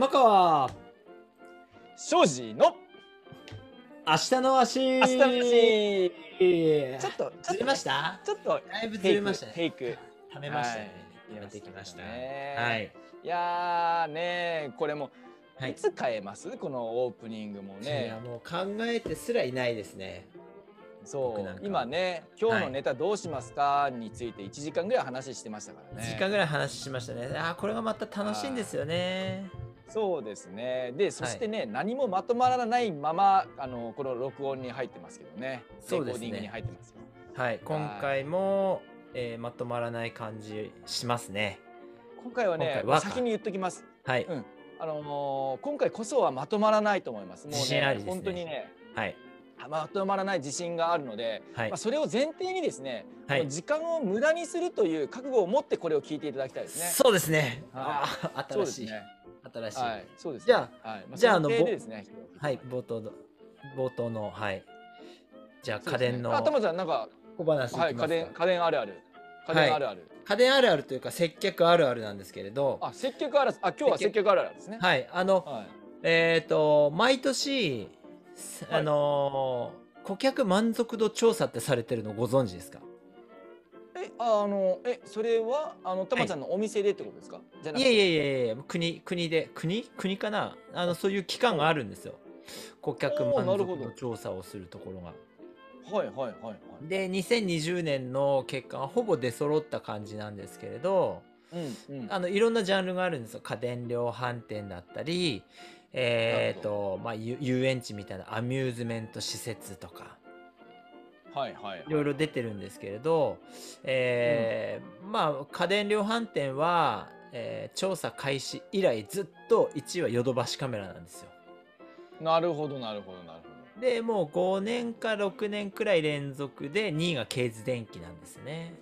山川庄司の明日の足明日の足。 ちょっとずれました？ ちょっとだいぶずれましたね。 フェイク。 ためましたね。 はいやってきましたね。 はい。 いやーね、これもはいいつ変えます？このオープニングもいね。 やもう考えてすらいないですね。 そう僕なんか今ね、今日のネタどうしますかについて1時間ぐらい話してましたからね。 1時間ぐらい話しましたね。これがまた楽しいんですよね。 そうですね。で、そしてね、何もまとまらないままこの録音に入ってますけどね。 そうですねレコーディングに入ってますよ。 はい、今回も、まとまらない感じしますね。 今回はね、 今回は先に言っときます。 はい、 今回こそはまとまらないと思います。もう自信ありね、 ですね。 本当にね、 はいまとまらない自信があるので、 はいそれを前提にですね、 はい時間を無駄にするという覚悟を持ってこれを聞いていただきたいですね。 そうですね。 そう新しい、 ですね。 新しい。 はい、そうですね。 じゃあ、 じゃあですね。 はい、冒頭のはいじゃあそうですね家電の頭ちゃんなんか小話いきますか。 はい、家電あるある。家電あるある。 家電あるあるというか接客あるあるなんですけれど、 接客ある今日は接客あるあるですね。 はい、毎年顧客満足度調査ってされてるのご存知ですか？ それはたまちゃんのお店でってことですか？じゃなくいて。 やいや国かな、そういう機関があるんですよ。顧客満足度調査をするところが。 はいはいはいはい。 で2020年の結果はほぼ出揃った感じなんですけれど、いろんなジャンルがあるんですよ。家電量販店だったり、遊園地みたいなアミューズメント施設とか、いろいろ出てるんですけれど、家電量販店は、調査開始以来ずっと1位はヨドバシカメラなんですよ。 なるほどなるほどなるほど。 でもう5年か6年くらい連続で2位がケーズ電機なんですね。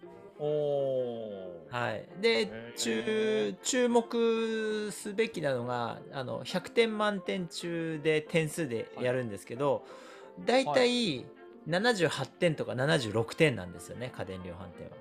はい、で注目すべきなのが100点満点中で点数でやるんですけど、だいたい78点とか76点なんですよね、家電量販店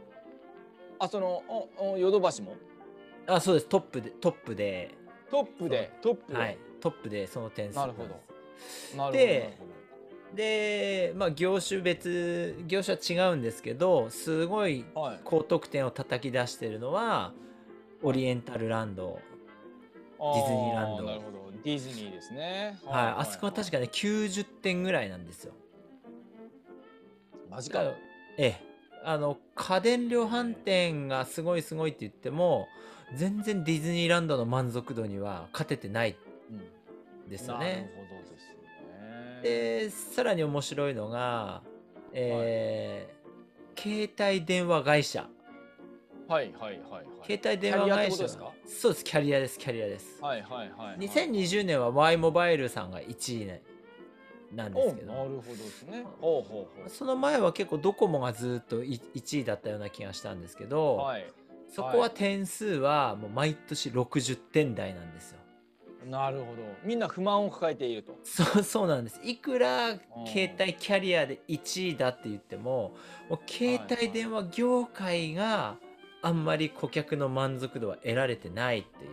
は。ヨドバシもそうです。トップではい、トップでその点数なんです。なるほど。で業種は違うんですけど、すごい高得点を叩き出してるのは、オリエンタルランド、ディズニーランド。 なるほど、ディズニーですね。 あそこは確かね90点ぐらいなんですよ。 マジか。 家電量販店がすごいって言っても全然ディズニーランドの満足度には勝ててないですよね。 なるほどですね。 でさらに面白いのが、携帯電話会社。携帯電話会社。そうです、キャリアです。2020年は Y モバイルさんが1位なんですけど、 なるほどですね。 その前は結構ドコモがずっと1位だったような気がしたんですけど、そこは点数はもう毎年60点台なんですよ。 なるほど。みんな不満を抱えていると。 そうなんです。いくら携帯キャリアで1位だって言っても、携帯電話業界があんまり顧客の満足度は得られてないっていう。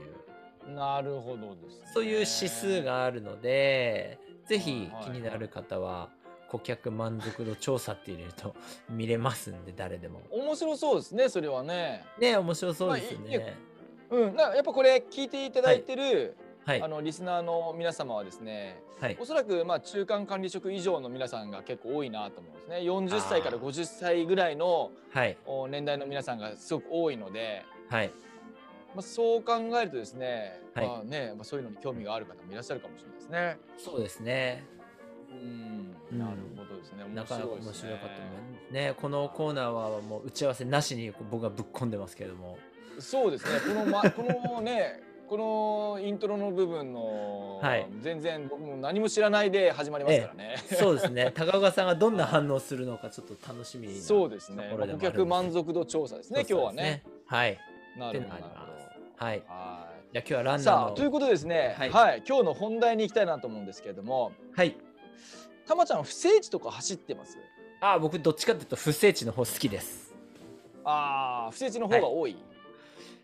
なるほどですね。 そういう指数があるので、ぜひ気になる方は顧客満足度調査って入れると見れますんで、誰でも。 面白そうですね、それはね。 面白そうですよね。 やっぱこれ聞いていただいてる、リスナーの皆様はですね、おそらく中間管理職以上の皆さんが結構多いなと思うんですね。40歳から50歳ぐらいの年代の皆さんがすごく多いので、そう考えるとですね、そういうのに興味がある方もいらっしゃるかもしれないですね。 そうですね。 なるほどですね。 なかなか面白かったね。このコーナーはもう打ち合わせなしに僕がぶっ込んでますけれども。 そうですね。このイントロの部分の、全然僕も何も知らないで始まりますからね。 そうですね。高岡さんがどんな反応するのかちょっと楽しみなところでもあるんです。 そうですね。顧客満足度調査ですね。今日はね。 はい。 なるほど。 はい。じゃあ今日はランナーの。 ということでですね。はい。今日の本題に行きたいなと思うんですけれども。 はい。 たまちゃん不整地とか走ってます？ 僕どっちかというと不整地の方好きです。 不整地の方が多い。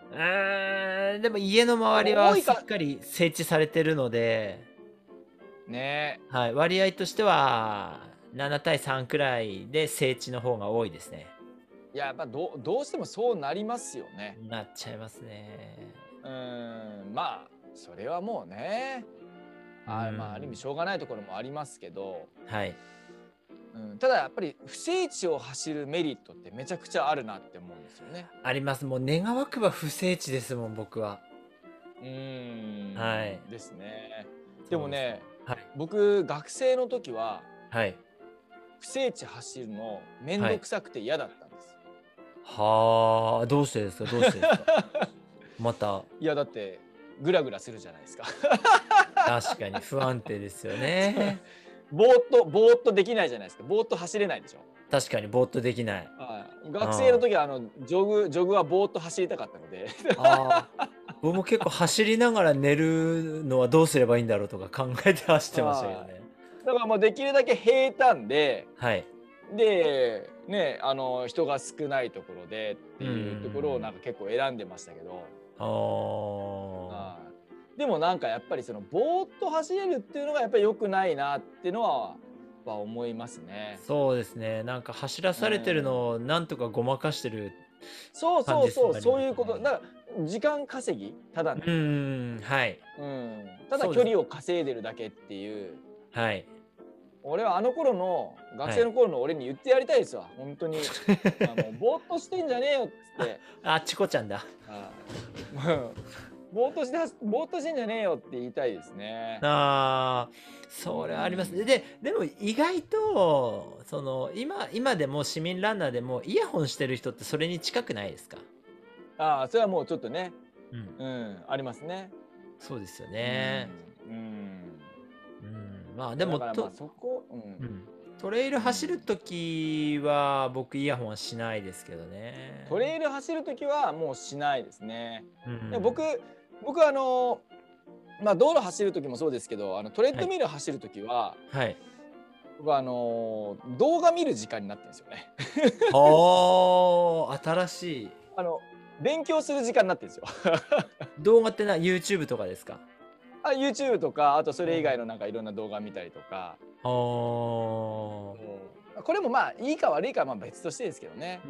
でも家の周りはしっかり整地されてるので、 ね、 はい、割合としては7対3くらいで整地の方が多いですね。 いや、どうしてもそうなりますよね。 なっちゃいますね。 まあそれはもうね、まあある意味しょうがないところもありますけど、 はい。 ただやっぱり不整地を走るメリットってめちゃくちゃあるなって思うんですよね。 あります。もう願わくば不整地ですもん、僕は。はい。 ですね。でもね、 はい、 僕学生の時は、 はい、 不整地走るのめんどくさくて嫌だったんです。 はあ、どうしてですか、どうしてですか。また。 いやだってグラグラするじゃないですか。 確かに不安定ですよね。 ぼーっとできないじゃないですか。ぼーっと走れないでしょ。 確かにぼーっとできない。 学生の時はジョグはぼーっと走りたかったので。 僕も結構走りながら寝るのはどうすればいいんだろうとか考えて走ってましたけどね。 だからもうできるだけ平坦で、 はい。 でね、人が少ないところでっていうところをなんか結構選んでましたけど。でもなんかやっぱりそのぼーっと走れるっていうのがやっぱり良くないなっていうのはやっぱ思いますね。 そうですね。なんか走らされてるのをなんとかごまかしてるそういうことだから時間稼ぎただのはい、 ただ距離を稼いでるだけっていう。 はい。 俺はあの頃の学生の頃の俺に言ってやりたいですわ、本当に。もうぼーっとしてんじゃねえよっつって。 チコちゃんだ。 ぼーっとしてんじゃねえよって言いたいですね。 それあります。でも意外とその今でも市民ランナーでもイヤホンしてる人ってそれに近くないですか。 それはもうちょっとね、ありますね。 そうですよね。まあでもトレイル走る時は僕イヤホンはしないですけどね。 トレイル走る時はもうしないですね。僕まあ道路走る時もそうですけど、トレッドミル走る時は、僕は動画見る時間になってるんですよね。 新しい。 勉強する時間になってるんですよ。 動画ってYouTube とかですか。 YouTube とか、あとそれ以外のなんかいろんな動画見たりとか。これもまあいいか悪いかはまあ別としてですけどね。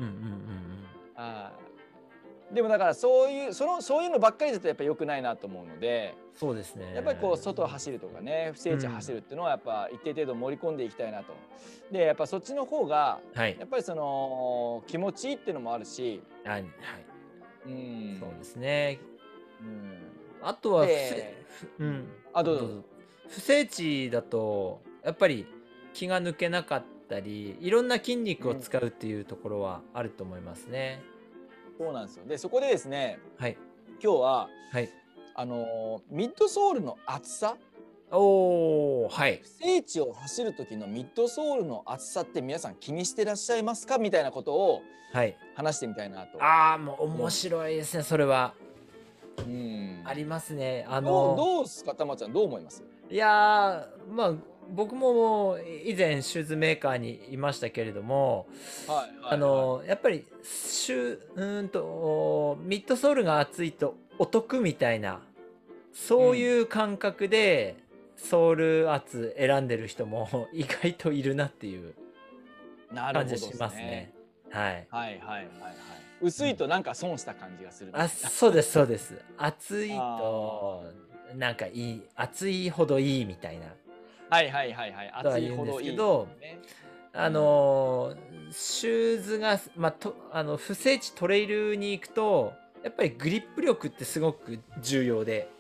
でもだからそういうのばっかりだとやっぱ良くないなと思うので、 そうですね。 やっぱりこう外を走るとかね、不整地走るっていうのはやっぱ一定程度盛り込んでいきたいなと。でやっぱそっちの方がやっぱりその気持ちいいっていうのもあるし、 そうですね。あとは不整地だとやっぱり気が抜けなかったり、いろんな筋肉を使うっていうところはあると思いますね。 そうなんですよ。でそこでですね、今日は、ミッドソールの厚さ、不整地を走る時のミッドソールの厚さって皆さん気にしてらっしゃいますかみたいなことを話してみたいなと。 もう面白いですね、それは。ありますね。 どうですか、たまちゃん、どう思います？ いやまあ僕も以前シューズメーカーにいましたけれども、やっぱりミッドソールが厚いとお得みたいな、そういう感覚でソール厚選んでる人も意外といるなっていう感じしますね。 薄いとなんか損した感じがする。 そうですそうです。厚いとなんかいい、厚いほどいいみたいな。厚いほどいいけど、シューズが不整地トレイルに行くとやっぱりグリップ力ってすごく重要で、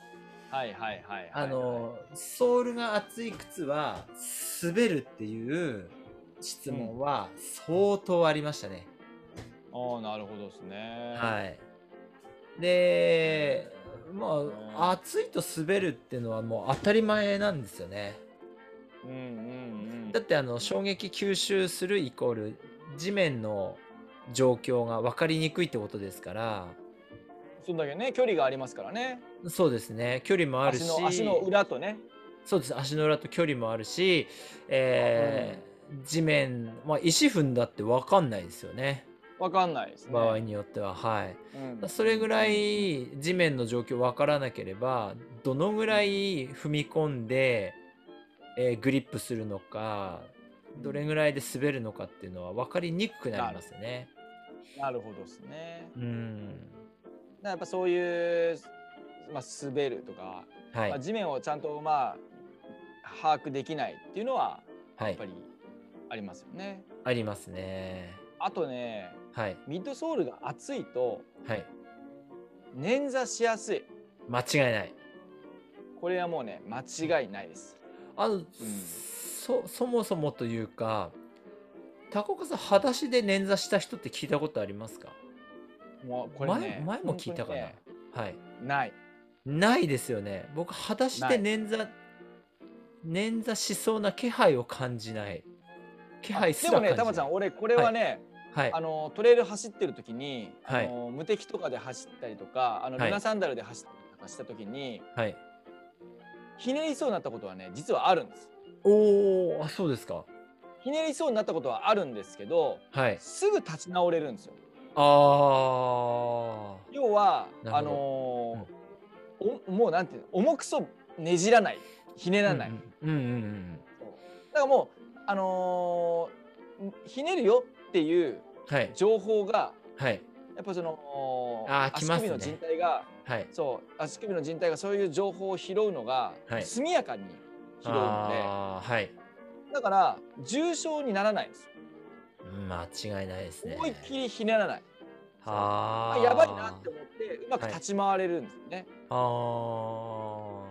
ソールが厚い靴は滑るっていう質問は相当ありましたね。 なるほどですね。 で暑いと滑るっていうのはもう当たり前なんですよね。だって衝撃吸収するイコール地面の状況が分かりにくいってことですから。 そんだけね距離がありますからね。 そうですね、距離もあるし、 足の裏とね。 そうです、足の裏と距離もあるし、地面石踏んだって分かんないですよね。 わかんないですね。 場合によっては、はい。 うん、 それぐらい地面の状況わからなければ、どのぐらい踏み込んで、グリップするのか、どれぐらいで滑るのかっていうのは分かりにくくなりますよね。 なるほどですね。 うん。 やっぱそういう、まあ、滑るとか、 はい、 まあ、地面をちゃんとまあ把握できないっていうのははい、 やっぱりありますよね。 ありますね。 あとね、 はい、 ミッドソールが厚いとはい。 捻挫しやすい。 間違いない。 これはもうね、間違いないです。 そもそもというか、高岡さん、裸足で捻挫した人って聞いたことありますか？ もうこれね、 前も聞いたかな、 ね、 はい。 ない。 ないですよね。僕、裸足で捻挫しそうな気配を感じない。気配すら感じない。 でもね、たまちゃん、俺これはね、はい、トレイル走ってる時に、はい、無敵とかで走ったりとか、ルナサンダルで走ったりとかした時に、はい、ひねりそうになったことはね、実はあるんです。 おお、あ、そうですか。 ひねりそうになったことはあるんですけど、はい、すぐ立ち直れるんですよ。 ああ。 要はもうなんていうの、重くそねじらない、ひねらない。だからもうひねるよっていう情報が、はい、やっぱその足首の靭帯が、はい、そう足首の靭帯がそういう情報を拾うのが、はい、速やかに拾うので、はい、だから重傷にならないんですよ。 間違いないですね。 思いっきりひねらない。あ、やばいなって思ってうまく立ち回れるんですよね。はい、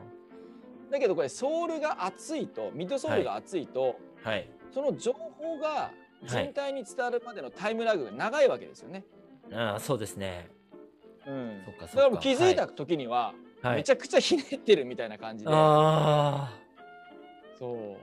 だけどこれソールが厚いと、ミッドソールが厚いと、はい、その情報が人体に伝わるまでのタイムラグが長いわけですよね。 ああ、そうですね。 うん、だからもう気づいた時には、めちゃくちゃひねってるみたいな感じで。ああ、そう。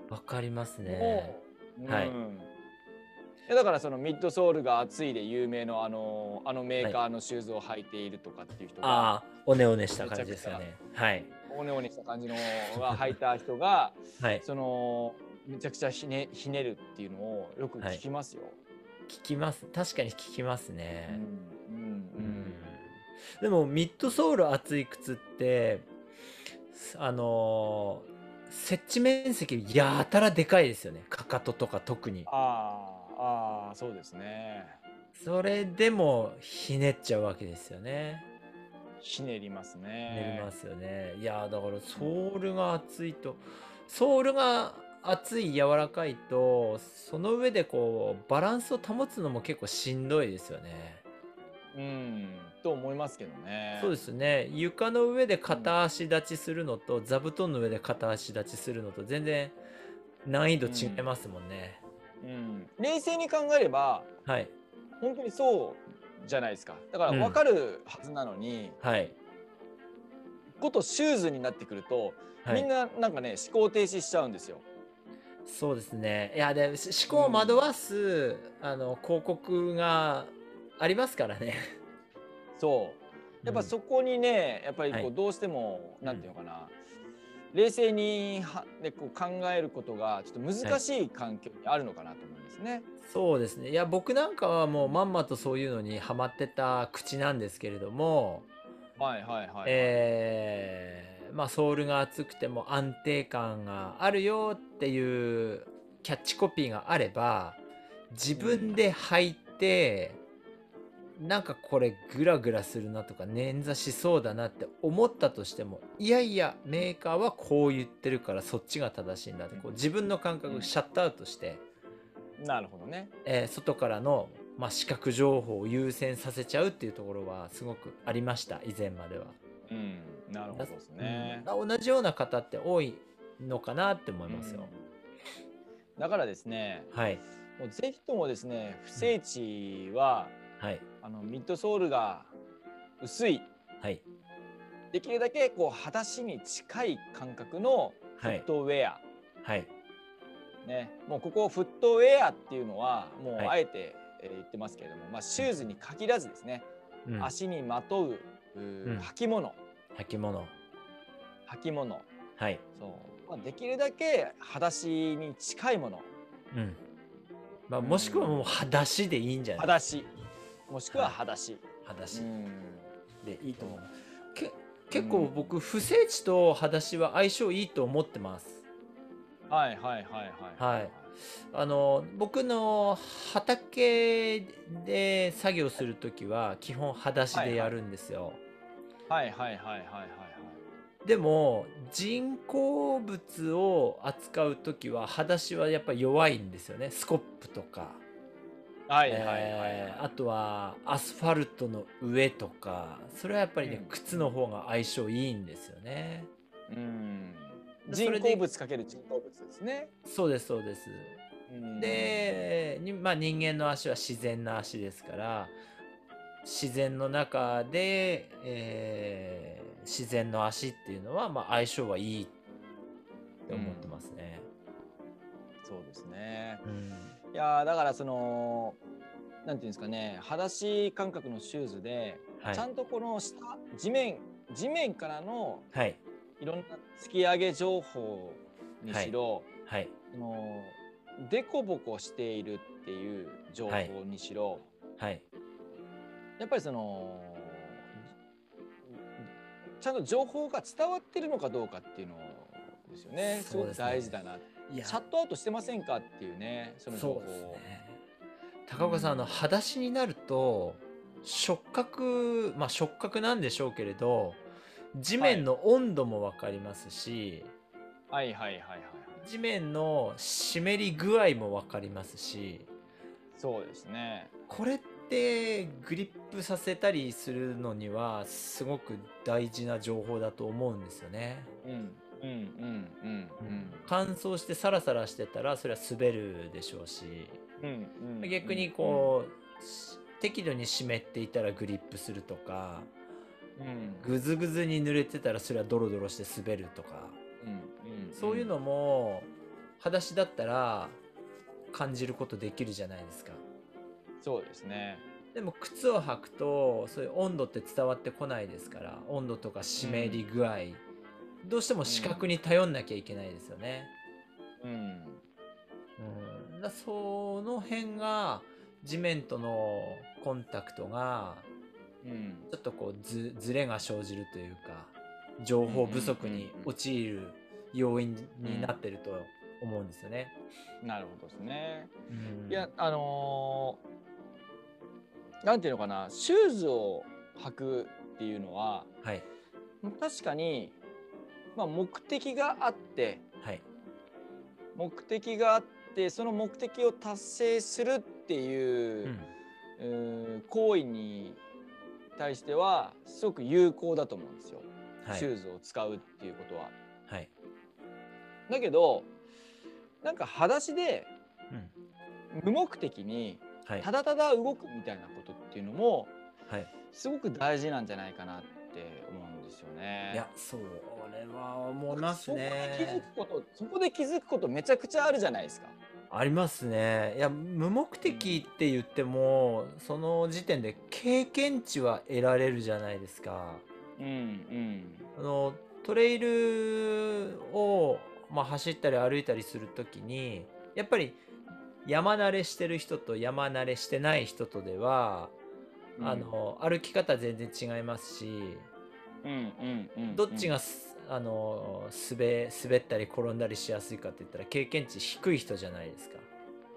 わかりますね。はい。 だからそのミッドソールが厚いで有名のあのメーカーのシューズを履いているとかっていう人が、 ああ、おねおねした感じですよね。はい。 おねおねした感じのが履いた人が、はい、そのめちゃくちゃひねるっていうのをよく聞きますよ。はい、 聞きます。確かに聞きますね。でもミッドソール厚い靴って接地面積やたらでかいですよね。かかととか特に。 ああ、そうですね。 それでもひねっちゃうわけですよね。 ひねりますね。 ひねりますよね。いやだからソールが厚いと、ソールが厚い柔らかいと、その上でこうバランスを保つのも結構しんどいですよね。 と思いますけどね。 そうですね。床の上で片足立ちするのと、座布団の上で片足立ちするのと全然難易度違いますもんね。 冷静に考えれば、はい、本当にそうじゃないですか。だから分かるはずなのに、はい、ことシューズになってくると、はい、みんななんかね思考停止しちゃうんですよ。 そうですね。いやで思考を惑わす、広告がありますからね。 そうやっぱそこにね、やっぱりこうどうしても、なんていうのかな、冷静にでこう考えることがちょっと難しい環境にあるのかなと思うんですね。 そうですね。いや僕なんかはもうまんまとそういうのにハマってた口なんですけれども、はいはいはい、まあソールが厚くても安定感があるよっていうキャッチコピーがあれば、自分で履いて、なんかこれグラグラするなとか捻挫しそうだなって思ったとしても、いやいやメーカーはこう言ってるからそっちが正しいんだって、こう自分の感覚をシャットアウトして、 なるほどね、 外からの、視覚情報を優先させちゃうっていうところはすごくありました、以前までは。 なるほどですね、 同じような方って多いのかなって思いますよ。 だからですね、はい、もうぜひともですね、不整地は、はい、ミッドソールが薄い、はい、できるだけこう裸足に近い感覚のフットウェア、はいね、もうここフットウェアっていうのはもうあえて言ってますけれども、シューズに限らずですね、足にまとう履物、はい、そう、できるだけ裸足に近いものまあ、もしくはもう裸足でいいんじゃない？ 裸足、もしくは裸足、 裸足でいいと思う。結構僕不整地と裸足は相性いいと思ってます。 はいはいはいはい。 はい。僕の畑で作業するときは基本裸足でやるんですよ。 はいはいはいはいはいはい。 でも人工物を扱うときは裸足はやっぱり弱いんですよね。スコップとか。 はいはいはい。 あとはアスファルトの上とか、それはやっぱりね、靴の方が相性いいんですよね。 人工物かける人工物ですね。 そうですそうです。で、まあ、人間の足は自然な足ですから、自然の中で、自然の足っていうのは、まあ、相性はいいって思ってますね。 そうですね。いやだからそのなんていうんですかね、裸足感覚のシューズで、ちゃんとこの下地面からのいろんな突き上げ情報にしろ、そのデコボコしているっていう情報にしろ、やっぱりそのちゃんと情報が伝わってるのかどうかっていうのですよね。すごく大事だな。シャットアウトしてませんかっていうね、その情報を。 高岡さん、裸足になると触覚、まあ触覚なんでしょうけれど、地面の温度も分かりますし、地面の湿り具合も分かりますし、 そうですね。 これってグリップさせたりするのにはすごく大事な情報だと思うんですよね。乾燥してサラサラしてたらそれは滑るでしょうし、逆にこう適度に湿っていたらグリップするとか、ぐずぐずに濡れてたらそれはドロドロして滑るとか、そういうのも裸足だったら感じることできるじゃないですか。 そうですね。 でも靴を履くとそういう温度って伝わってこないですから、温度とか湿り具合、どうしても視覚に頼んなきゃいけないですよね。その辺が地面とのコンタクトがちょっとこうずれが生じるというか、情報不足に陥る要因になってると思うんですよね。 なるほどですね。いやなんていうのかな、シューズを履くっていうのは、確かに、まあ、目的があって、その目的を達成するっていう、行為に対してはすごく有効だと思うんですよ、シューズを使うっていうことは。だけどなんか裸足で無目的にただただ動くみたいなことっていうのもすごく大事なんじゃないかなって思うんですよね。 いや、それは思いますね。そこで気づくことめちゃくちゃあるじゃないですか。 ありますね。いや、無目的って言っても、その時点で経験値は得られるじゃないですか。トレイルを、まあ、走ったり歩いたりするときに、やっぱり山慣れしてる人と山慣れしてない人とでは、歩き方全然違いますし、どっちが滑ったり転んだりしやすいかって言ったら経験値低い人じゃないですか。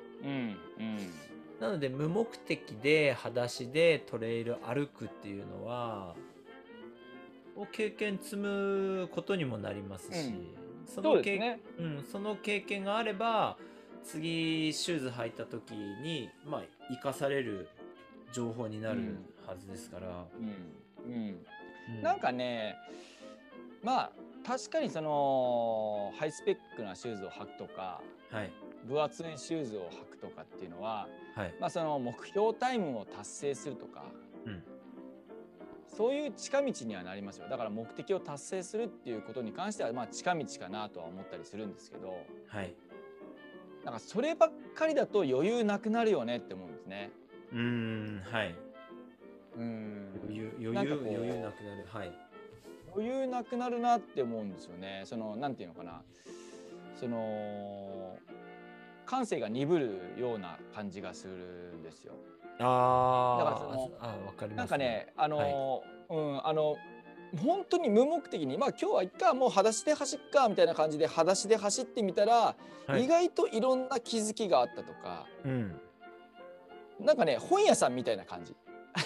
なので無目的で裸足でトレイル歩くっていうのは経験積むことにもなりますし、その経験があれば次シューズ履いた時にまあ生かされる情報になるはずですから。 なんかね、まあ確かにそのハイスペックなシューズを履くとか、分厚いシューズを履くとかっていうのは、まあその目標タイムを達成するとか、そういう近道にはなりますよ。だから目的を達成するっていうことに関してはまあ近道かなとは思ったりするんですけど、なんかそればっかりだと余裕なくなるよねって思うんですね。 余裕なくなる。 余裕なくなるなって思うんですよね。そのなんていうのかな、その感性が鈍るような感じがするんですよ。 あだからそのわかりますね。 なんかねはい本当に無目的に、まあ今日はいっか、もう裸足で走っかみたいな感じで裸足で走ってみたら、 はい、 意外といろんな気づきがあったとか、 うん、 なんかね本屋さんみたいな感じ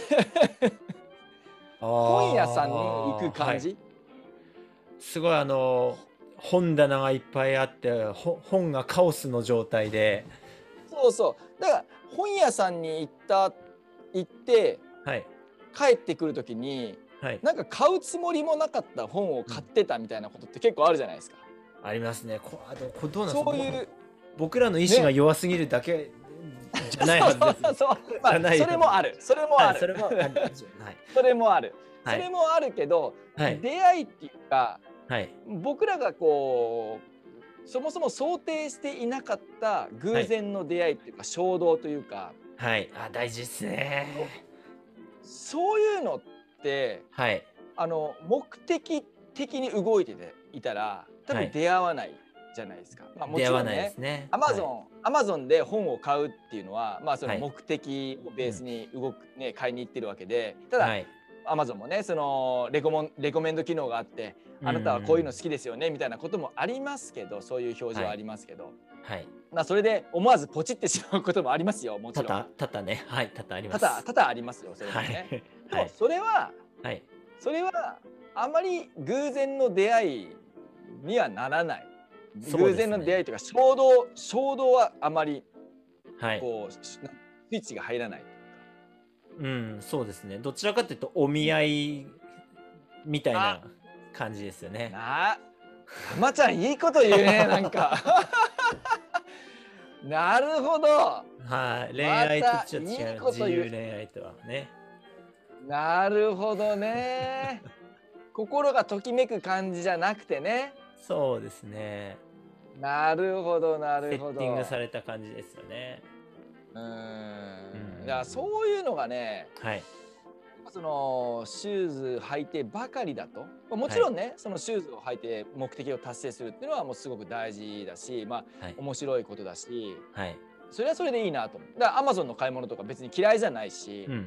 あ本屋さんに行くはい。 感じ。 すごい本棚がいっぱいあって、本がカオスの状態で、 そうそう。だから本屋さんに行ってはい、 帰ってくる時に、 はい、 なんか買うつもりもなかった本を買ってたみたいなことって結構あるじゃないですか。 ありますね。どうなんですか。 そういう僕らの意志がね。 弱すぎるだけじゃないそうはずです。 そうそう。まあじゃないそれもある。それもはい、 ある。 それもありはい、 それもある。 はい、 それもあるけど、 はい、 出会いっていうか、 はい、 僕らがこうそもそも想定していなかったはい、 偶然の出会いっていうか衝動というか、 はい、大事ですね。 そういうのってはい、 目的的に動いていたら多分はい。 出会わないじゃないですか。まあも出会わないでちろんね、 すね。 アマはい、 ゾンアマゾンで本を買うっていうのは、まあそのはい、 目的をベースうん、 に動くね買いに行ってるわけで、ただはい、 アマゾンもねそのレコメンド機能があって、 うあなたはこういうん、 の好きですよねみたいなこともありますけど、そういう表示はあはい、 りますけど、 はい。 まあそれで思わずポチってしまうこともありますよ、もちろん。 多々ね、はい、多々あり多ます。 々ありますよ、それもはい、 ね。でもはい、はい。 それはあまり偶然の出会いにはならない。 そう偶ですね。 然の出会いというか衝動はあまりはい。 こうスイッチが入らないというか。 うん、そうですね。どちらかというと、お見合いみたいあ、 な感じですよね。 浜ちゃんいいこと言うね、なんかなるほど。 はい。恋ま愛とたいちょっと違う。 いこと言う。 自由恋愛とはね。 なるほどね。心がときめく感じじゃなくてね。 そうですね。 なるほどなるセッティングほど。 された感じですよね。うんうんだからそういうのがね、 はい。 そのシューズ履いてばかりだと、もちはい。 ろんねそのシューズを履いて目的を達成するっていうのはもうすごく大事だし、まあはい。 面白いことだし、 はい。 それはそれでいいなと思う。だからアマゾンの買い物とか別に嫌いじゃないし、 うんうん。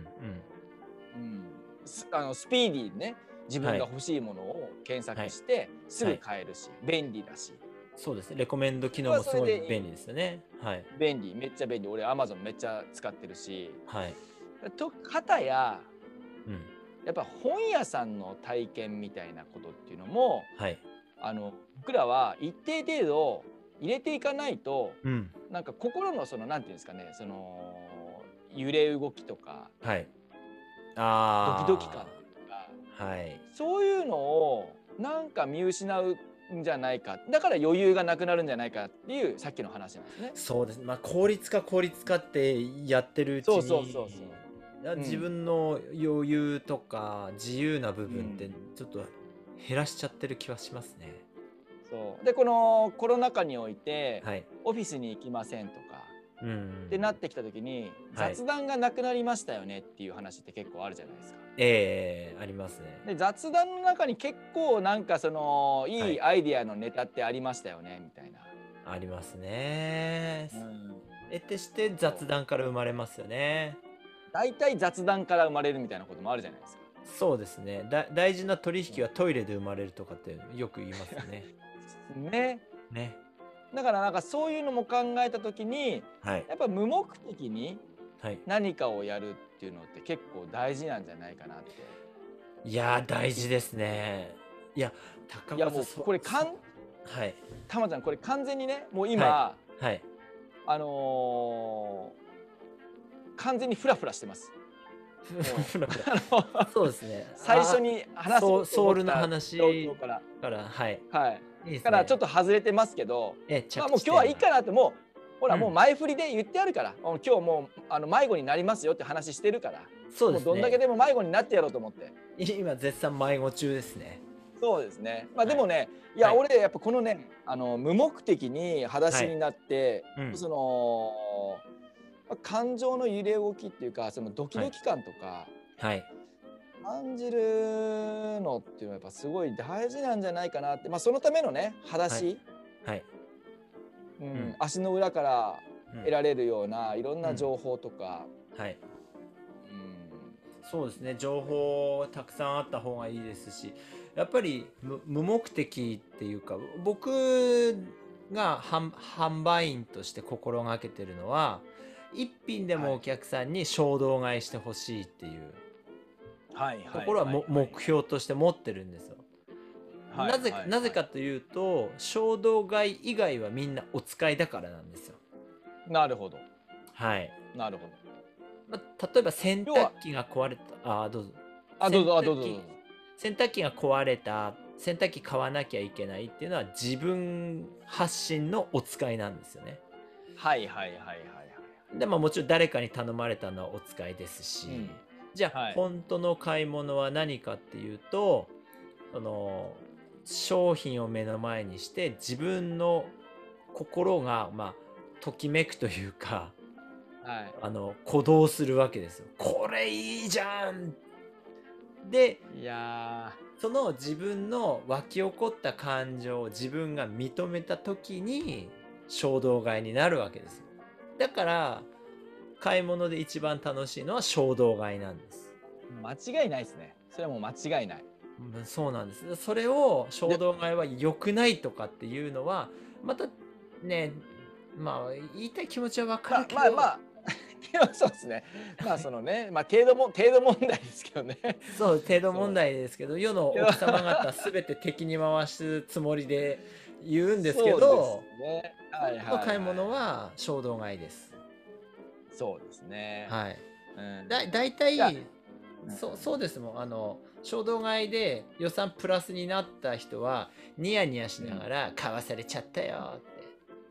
スピーディーにね自分がはい。 欲しいものを検はい。 索してすぐはい。 買えるし便利だし、 そうですね。レコメンド機それは能もすごいそれでいい。 便利ですよね。はい。 便利、めっちゃ便利。俺アマゾンめっちゃ使ってるし、 はい。 片やうん。 やっぱ本屋さんの体験みたいなことっていうのもはい。 僕らは一定程度入れていかないと、 うん。 なんか心のそのなんていうんですかね、その揺れ動きとかはい。 ドキドキ感あとか、 あ。はい。 そういうのをなんか見失うんじゃないか、だから余裕がなくなるんじゃないかっていうさっきの話なんですね。 そうですね。まあ、効率化効率化ってやってるうちそうそうそうそに、 う。う自ん。 分の余裕とか自由な部分ってうん。 ちょっと減らしちゃってる気はしますね。 そう。でこのコロナ禍においてはい。 オフィスに行きませんとかうん。 ってなってきた時にはい。 雑談がなくなりましたよねっていう話って結構あるじゃないですか。 ええありますね。 で雑談の中に結構なんかそのはい。 いいアイディアのネタってありましたよねみたいな。 ありますね。 うん。 得てしてそう。 雑談から生まれますよね。 大体雑談から生まれるみたいなこともあるじゃないですか。 そうですね。大事な取引はトイレで生まれるとかってよく言いますよね。 ね。 ね。 だからなんかそういうのも考えた時にはい。 やっぱ無目的にはい。 何かをやるっていうのって結構大事なんじゃないかなって。 いやー、大事ですね。いや、高いや岡さん、 もうこれはい。 たまちゃんこれ完全にねもうはい。 今はい。 あの完全にフラフラしてます。もうふらふら。 あのそうですね。 最初に話そうとソウルの思った状話況からからはい。 はい。 いいですからちょっね。 と外れてますけど、まあもう着地点が。 今日はいいかなってもうほらもううん。 前振りで言ってあるから、今日もう迷子になりますよって話してるから、 そうもうどんだけですね。 でも迷子になってやろうと思って。 今絶賛迷子中ですね。 そうですね。まあではい。 もね、いやはい。 俺やっぱこのね、無目的に裸はい。 足になって、 うん。 その感情の揺れ動きっていうか、そのドキはい。 ドキ感とかはい。 感じるのっていうのはやっぱすごい大事なんじゃないかなって、まあそのためのね、裸はい。 足はい。 足の裏から得られるようないろんな情報とか、 はい、そうですね、情報たくさんあった方がいいですし、やっぱり無目的っていうか、僕が販売員として心がけてるのは、一品でもお客さんに衝動買いしてほしいっていうところは目標として持ってるんですよ。なぜかというと、衝動買い以外はみんなお使いだからなんですよ。 なるほど。 はい。 なるほど。例えば洗濯機が壊れた、どうぞ。洗濯機が壊れた、洗濯機買わなきゃいけないっていうのは自分発信のお使いなんですよね。でももちろん誰かに頼まれたのはお使いですし、じゃあ本当の買い物は何かっていうと、その商品を目の前にして自分の心がときめくというか、鼓動するわけですよ。これいいじゃんで、その自分の湧き起こった感情を自分が認めた時に衝動買いになるわけです。だから買い物で一番楽しいのは衝動買いなんです。 間違いないですね。それはもう間違いない。 そうなんです。それを衝動買いは良くないとかっていうのはまたね、言いたい気持ちは分かるけど、 そうですね。そのね、程度問題ですけどね。 そう、程度問題ですけど、世の奥様方すべて敵に回すつもりで言うんですけど、買い物は衝動買いです。 そうですね。 はい。だいたいそうですもん。衝動買いで予算プラスになった人はニヤニヤしながら買わされちゃったよって。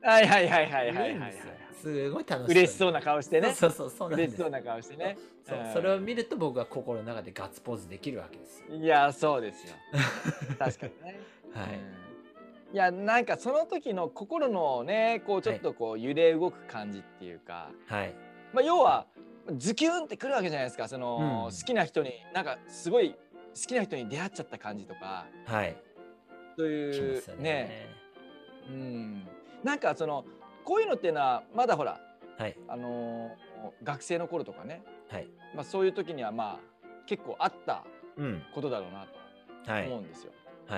すごい楽しい。 嬉しそうな顔してね。 そう嬉しそうな顔してね。 それを見ると僕は心の中でガッツポーズできるわけです。 いや、そうですよ。確かにね。 はい。 いや、なんかその時の心のね、こうちょっとこう揺れ動く感じっていうか、 はい。 要はズキュンってくるわけじゃないですか。その好きな人になんかすごい好きな人に出会っちゃった感じとか、 はい。 そういうね、なんかそのこういうのっていうのはまだほら、学生の頃とかね、そういう時には結構あったことだろうなと思うんですよ。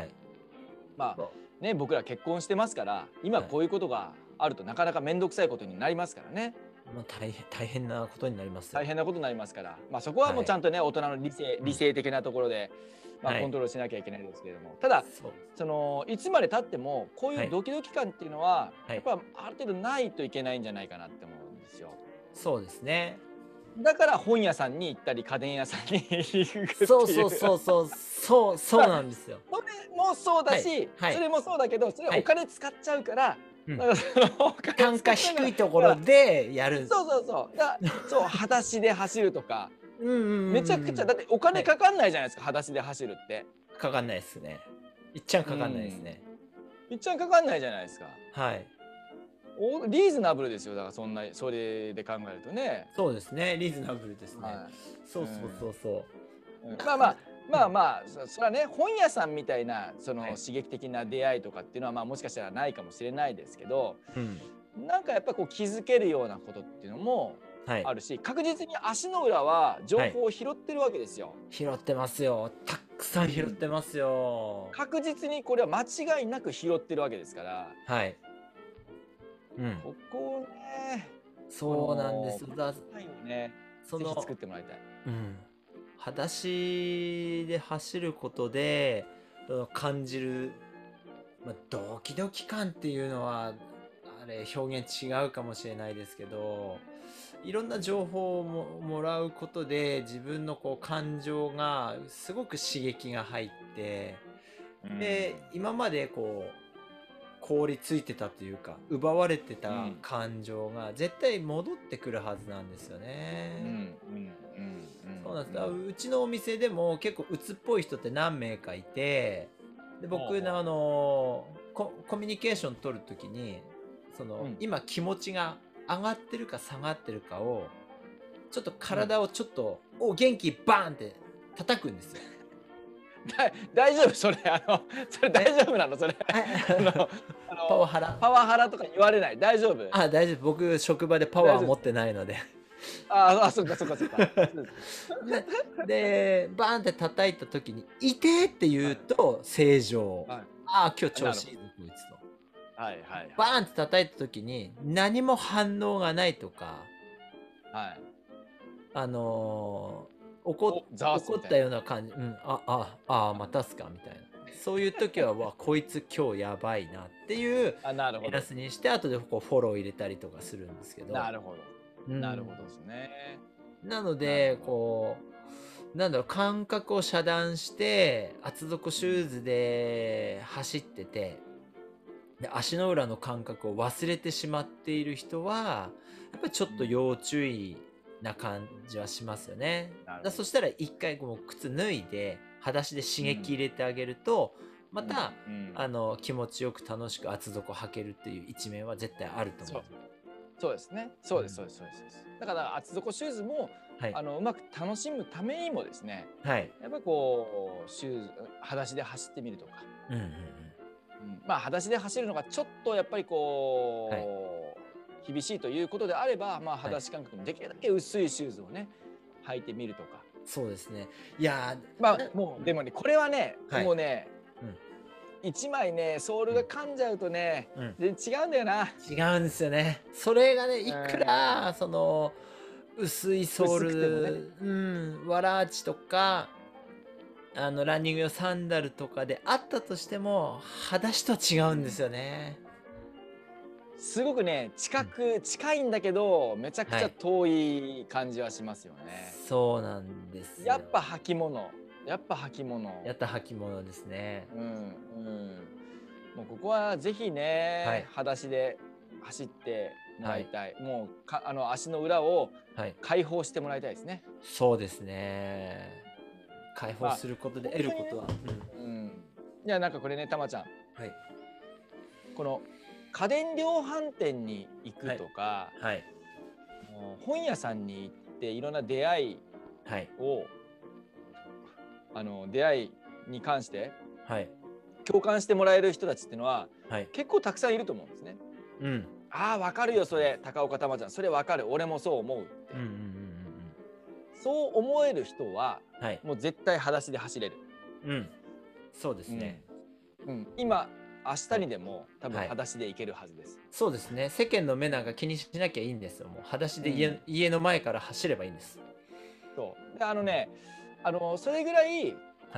ね、僕ら結婚してますから、今こういうことがあるとなかなか面倒くさいことになりますからね。 大変なことになります。 大変なことになりますから、そこはもうちゃんとね、大人の理性的なところでコントロールしなきゃいけないですけれども、ただそのいつまで経ってもこういうドキドキ感っていうのはやっぱある程度ないといけないんじゃないかなって思うんですよ。 そうですね。 だから本屋さんに行ったり家電屋さんに行くっていう。 そうなんですよ。 それもそうだし、それもそうだけど、それお金使っちゃうから、 単価低いところでやる。 そう裸足で走るとか、めちゃくちゃだってお金かかんないじゃないですか、裸足で走るって。 かかんないですね。いっちゃんかかんないですね。 いっちゃんかかんないじゃないですか。 はい。 リーズナブルですよ。だからそれで考えるとね。 そうですね。リーズナブルですね。そう。 それはね、本屋さんみたいなその刺激的な出会いとかっていうのはもしかしたらないかもしれないですけど、なんかやっぱこう気づけるようなことっていうのもあるし、確実に足の裏は情報を拾ってるわけですよ。 拾ってますよ。たくさん拾ってますよ。 確実にこれは間違いなく拾ってるわけですから。 はい。 ここをね、 そうなんです。 その作ってもらいたい。 裸足で走ることで感じる、ドキドキ感っていうのはあれ表現違うかもしれないですけど、いろんな情報をもらうことで自分のこう感情がすごく刺激が入って、で今までこう凍りついてたというか奪われてた感情が絶対戻ってくるはずなんですよね。そうなんです。うちのお店でも結構鬱っぽい人って何名かいて、で僕のコミュニケーション取るときに今気持ちが上がってるか下がってるかをちょっと体をちょっと元気バーンって叩くんですよ。 大丈夫それそれ大丈夫なのそれパワハラパワハラとか言われない、大丈夫？ 大丈夫、僕職場でパワー持ってないので。 そっかそっかそっか。 でバーンって叩いた時に「いて!」って言うと正常、今日調子いいぞこいつと。バーンって叩いた時に何も反応がないとか、怒ったような感じ、またっすかみたいな、そういう時はこいつ今日やばいなっていう目安にして、後でこうフォロー入れたりとかするんですけど。 なるほど、なるほどですね。 なのでこうなんだろう、感覚を遮断して厚底シューズで走ってて、で足の裏の感覚を忘れてしまっている人はやっぱりちょっと要注意な感じはしますよね。そしたら一回こう靴脱いで裸足で刺激入れてあげると、また、気持ちよく楽しく厚底履けるっていう一面は絶対あると思う。 そうですね。そうですそうですそうです。だから厚底シューズも、うまく楽しむためにもですね、やっぱりこう裸足で走ってみるとか、裸足で走るのがちょっとやっぱりこう、厳しいということであれば、裸足感覚のできるだけ薄いシューズをね履いてみるとか。 そうですね。いやもうでもねこれはね、もうね、1枚ねソールが噛んじゃうとね、全然違うんだよな。 違うんですよね。それがねいくらその薄いソール、わらあちとかランニング用サンダルとかであったとしても裸足とは違うんですよね。 すごくね近いんだけどめちゃくちゃ遠い感じはしますよね。 そうなんですよ。 やっぱ履物ですね。 もうここはぜひね、裸足で走ってもらいたい。もう足の裏を解放してもらいたいですね。 そうですね。解放することで得ることは。 いやなんかこれねたまちゃん、この家電量販店に行くとか、本屋さんに行っていろんな出会いを、出会いに関して共感してもらえる人たちっていうのは、結構たくさんいると思うんですね。分かるよそれ高岡たまちゃん、それ分かる、俺もそう思うって。そう思える人は、もう絶対裸足で走れる。 そうですね。 今明日にでも多分裸足で行けるはずです。 そうですね。世間の目なんか気にしなきゃいいんですよ。もう裸足で家の前から走ればいいんです。 そうでそれぐらい、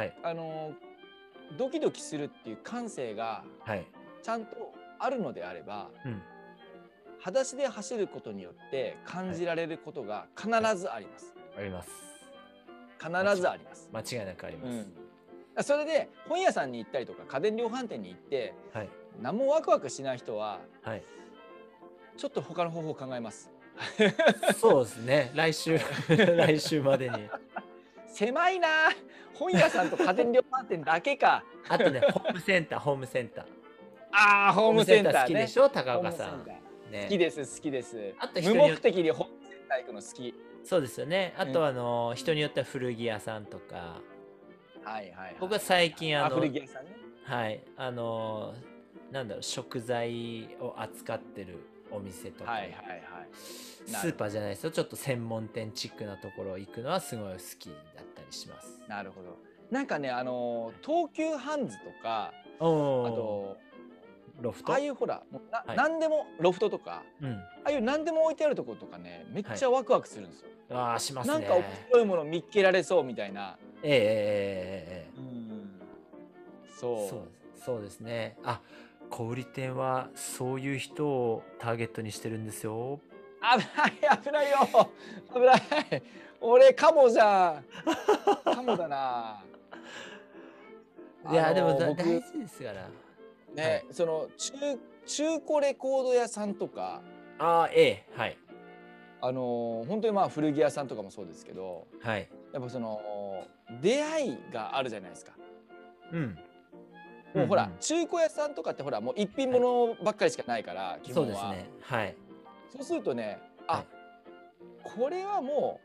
ドキドキするっていう感性がちゃんとあるのであれば、裸足で走ることによって感じられることが必ずあります。 あります。 必ずあります。 間違いなくあります。 それで本屋さんに行ったりとか家電量販店に行って、何もワクワクしない人は、ちょっと他の方法を考えます。 そうですね。来週までに。 狭いな。本屋さんと家電量販店だけか。 あとねホームセンター。ホームセンター好きでしょ高岡さん。 好きです好きです。 あと無目的にホームセンター行くの好き。 そうですよね。あと人によっては古着屋さんとか。僕は最近古着屋さんね。 なんだろう、食材を扱ってるお店とか、スーパーじゃないですよ、ちょっと専門店チックなところ行くのはすごい好きだったりします。 なるほど。なんかね東急ハンズとか、あとロフト、 ああいうほら何でもロフトとか、ああいう何でも置いてあるところとかね、めっちゃワクワクするんですよ。 しますね。 なんか面白いもの見っけられそうみたいな。 そうですね。小売店はそういう人をターゲットにしてるんですよ。 危ないよ。危ない。俺カモじゃん。カモだな。 いやでも大事ですからね。その中古レコード屋さんとか、本当に古着屋さんとかもそうですけど、やっぱその出会いがあるじゃないですか。もうほら中古屋さんとかってほらもう一品物ばっかりしかないから基本は。そうするとね、これはもう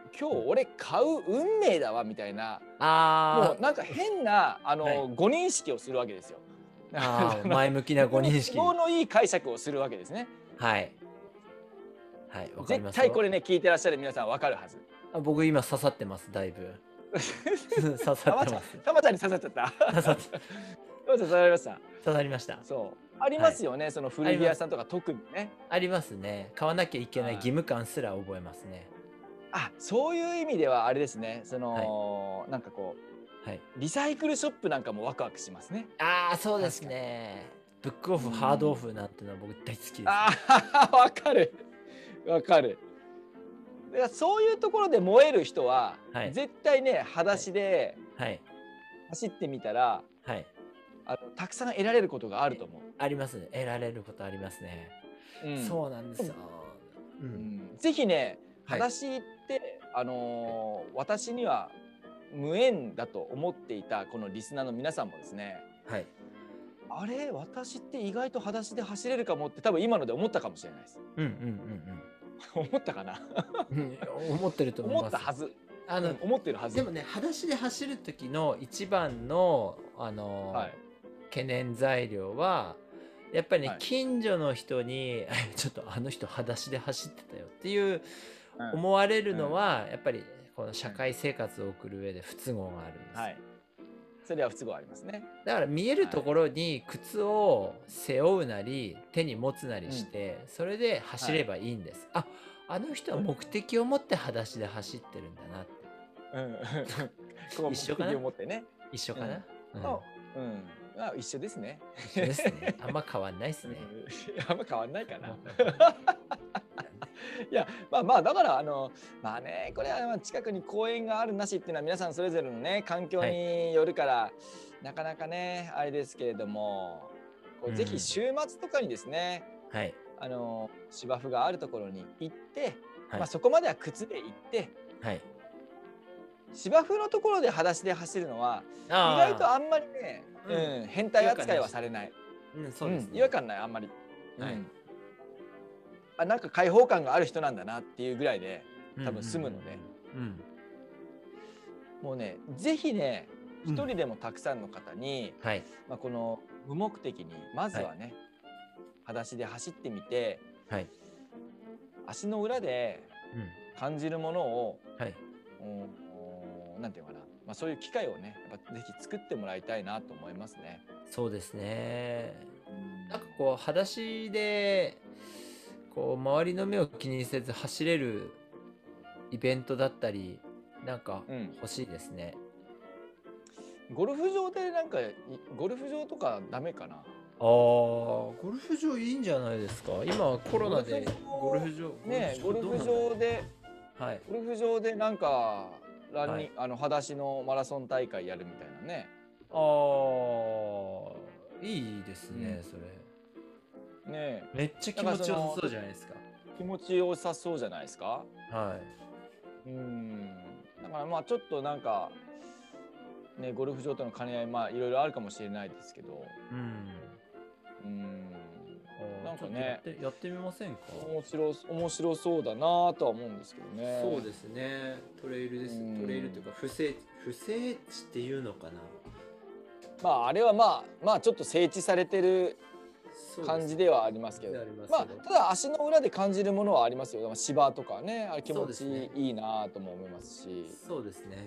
今日俺買う運命だわみたいな、もうなんか変な誤認識をするわけですよ。 前向きな誤認識。 都合のいい解釈をするわけですね。 はい。はい、わかりますよ。 絶対これね聞いてらっしゃる皆さんわかるはず。 僕今刺さってます、だいぶ。刺さってます。 たまちゃんに刺さっちゃった。刺さりました。 刺さりました。 そう。ありますよね、その古着屋さんとか特にね。 ありますね。買わなきゃいけない義務感すら覚えますね。 そういう意味ではあれですね。そのなんかこう、リサイクルショップなんかもワクワクしますね。 そうですね。ブックオフ、ハードオフなんてのは僕大好きです。 わかる。わかる。だからそういうところで燃える人は、絶対ね裸足で走ってみたら、たくさん得られることがあると思う。 ありますね。得られることありますね。そうなんですよ。 ぜひね、裸足って私には無縁だと思っていたこのリスナーの皆さんもですね、あれ私って意外と裸足で走れるかもって多分今ので思ったかもしれないです。思ったかな思ってると思います。 思ったはず。 思ってるはず。でもね、裸足で走る時の一番の懸念材料はやっぱりね、近所の人にちょっとあの人裸足で走ってたよっていう思われるのはやっぱりこの社会生活を送る上で不都合があるんです。 それは不都合ありますね。 だから見えるところに靴を背負うなり手に持つなりしてそれで走ればいいんです。あの人は目的を持って裸足で走ってるんだなって。一緒かな。一緒かな。 一緒ですね。 一緒ですね。あんま変わんないですね。 あんま変わんないかな。いやまあだからまあね、これは近くに公園があるなしっていうのは皆さんそれぞれのね環境によるから、なかなかねあれですけれども、ぜひ週末とかにですね、芝生があるところに行って、そこまでは靴で行って、芝生のところで裸足で走るのは意外とあんまりね、変態扱いはされない。違和感ない、あんまり。なんか開放感がある人なんだなっていうぐらいで多分済むので、もうねぜひね一人でもたくさんの方に、この無目的にまずはね、裸足で走ってみて、足の裏で感じるものを、なんていうかな、そういう機会をねやっぱぜひ作ってもらいたいなと思いますね。 そうですね。なんかこう裸足でこう周りの目を気にせず走れるイベントだったりなんか欲しいですね。 ゴルフ場でなんかゴルフ場とかダメかな。 ゴルフ場いいんじゃないですか。今はコロナでゴルフ場ね、ゴルフ場でゴルフ場でなんか裸足のマラソン大会やるみたいなね。 いいですね、それ。 ね、 めっちゃ気持ちよさそうじゃないですか。 気持ちよさそうじゃないですか。だからまあちょっとなんかね、ゴルフ場との兼ね合いいろいろあるかもしれないですけど、なんかねやってみませんか。 面白そうだなとは思うんですけどね。 そうですね。トレイルです。トレイルというか不整地っていうのかな。 あれはまあちょっと整地されてる感じではありますけど、ただ足の裏で感じるものはありますよ。芝とかね、あれ気持ちいいなとも思いますし。そうですね。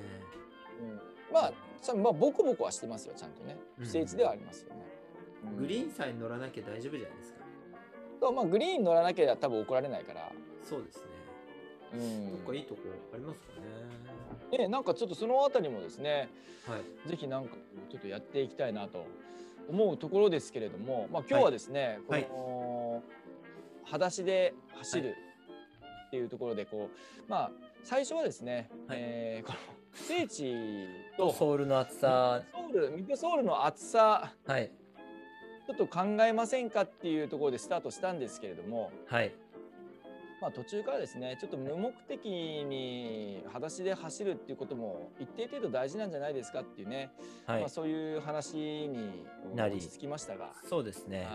ボコボコはしてますよ、ちゃんとね。不整地ではありますよね。 グリーンさえ乗らなきゃ大丈夫じゃないですか。 グリーン乗らなきゃ多分怒られないから。 そうですね。どっかいいとこありますかね。なんかちょっとそのあたりもですね、ぜひなんかちょっとやっていきたいなと思うところですけれども、今日はですね、この裸足で走るっていうところで最初はですね、この不整地とソールの厚さ、 ミッドソールの厚さ、ちょっと考えませんかっていうところでスタートしたんですけれども、途中からですね、ちょっと無目的に裸足で走るっていうことも一定程度大事なんじゃないですかっていうね、そういう話に落ち着きましたが。 そうですね。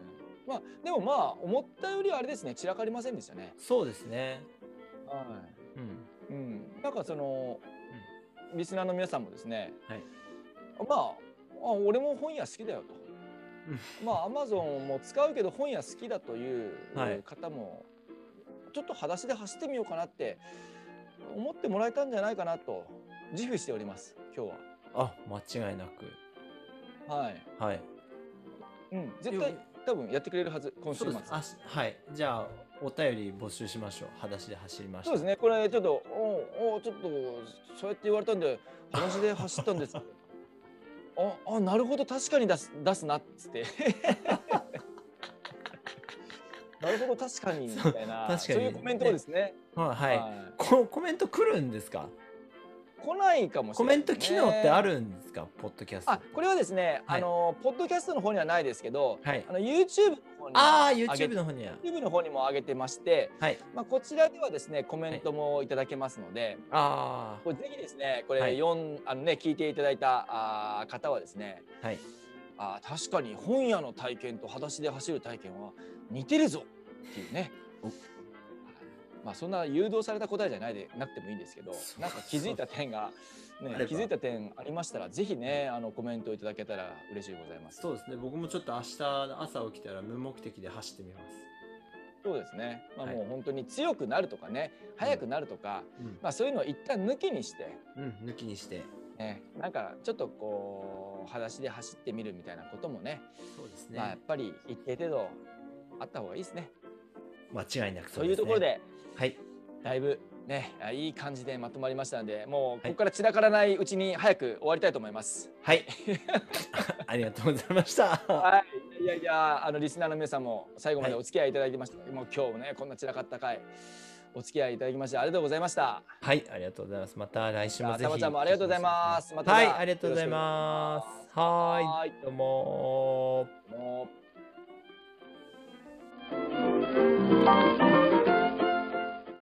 でも思ったよりはあれですね、散らかりませんでしたね。 そうですね。 なんかその、リスナーの皆さんもですね、まあ俺も本屋好きだよと、まあ Amazon も使うけど本屋好きだという方も、ちょっと裸足で走ってみようかなって思ってもらえたんじゃないかなと自負しております今日は。間違いなく。 はい。絶対多分やってくれるはず、今週末。 はい。じゃあお便り募集しましょう。裸足で走りました。 そうですね。これちょっとちょっとそうやって言われたんで裸足で走ったんです。なるほど、確かに出すなっつって。なるほど、確かにみたいな、そういうコメントですね。 コメント来るんですか？ 来ないかもしれない、 コメント機能ってあるんですか？ポッドキャスト。 これはですね、ポッドキャストの方にはないですけど、YouTube の方に YouTube の方には YouTube の方にも上げてまして、こちらではですねコメントもいただけますので、これぜひですね、これ聞いていただいた方はですね、確かに本屋の体験と裸足で走る体験は似てるぞっていうね。まあそんな誘導された答えじゃなくてもいいんですけど、なんか気づいた点が気づいた点ありましたら、ぜひねコメントいただけたら嬉しいございます。 そうですね。僕もちょっと明日朝起きたら無目的で走ってみます。 そうですね。まあもう本当に強くなるとかね、速くなるとか、まあそういうのを一旦抜きにして、なんかちょっとこう裸足で走ってみるみたいなこともね、そうですね。まあやっぱり一定程度あった方がいいですね。 間違いなくそういうところで。だいぶね、いい感じでまとまりましたので、もうここから散らからないうちに早く終わりたいと思います。 ありがとうございました。 いやリスナーの皆さんも最後までお付き合いいただきました。もう今日もねこんな散らかった回お付き合いいただきましてありがとうございました。 ありがとうございます。また来週もぜひ。 たまちゃんもありがとうございます。またありがとうございます。どうも。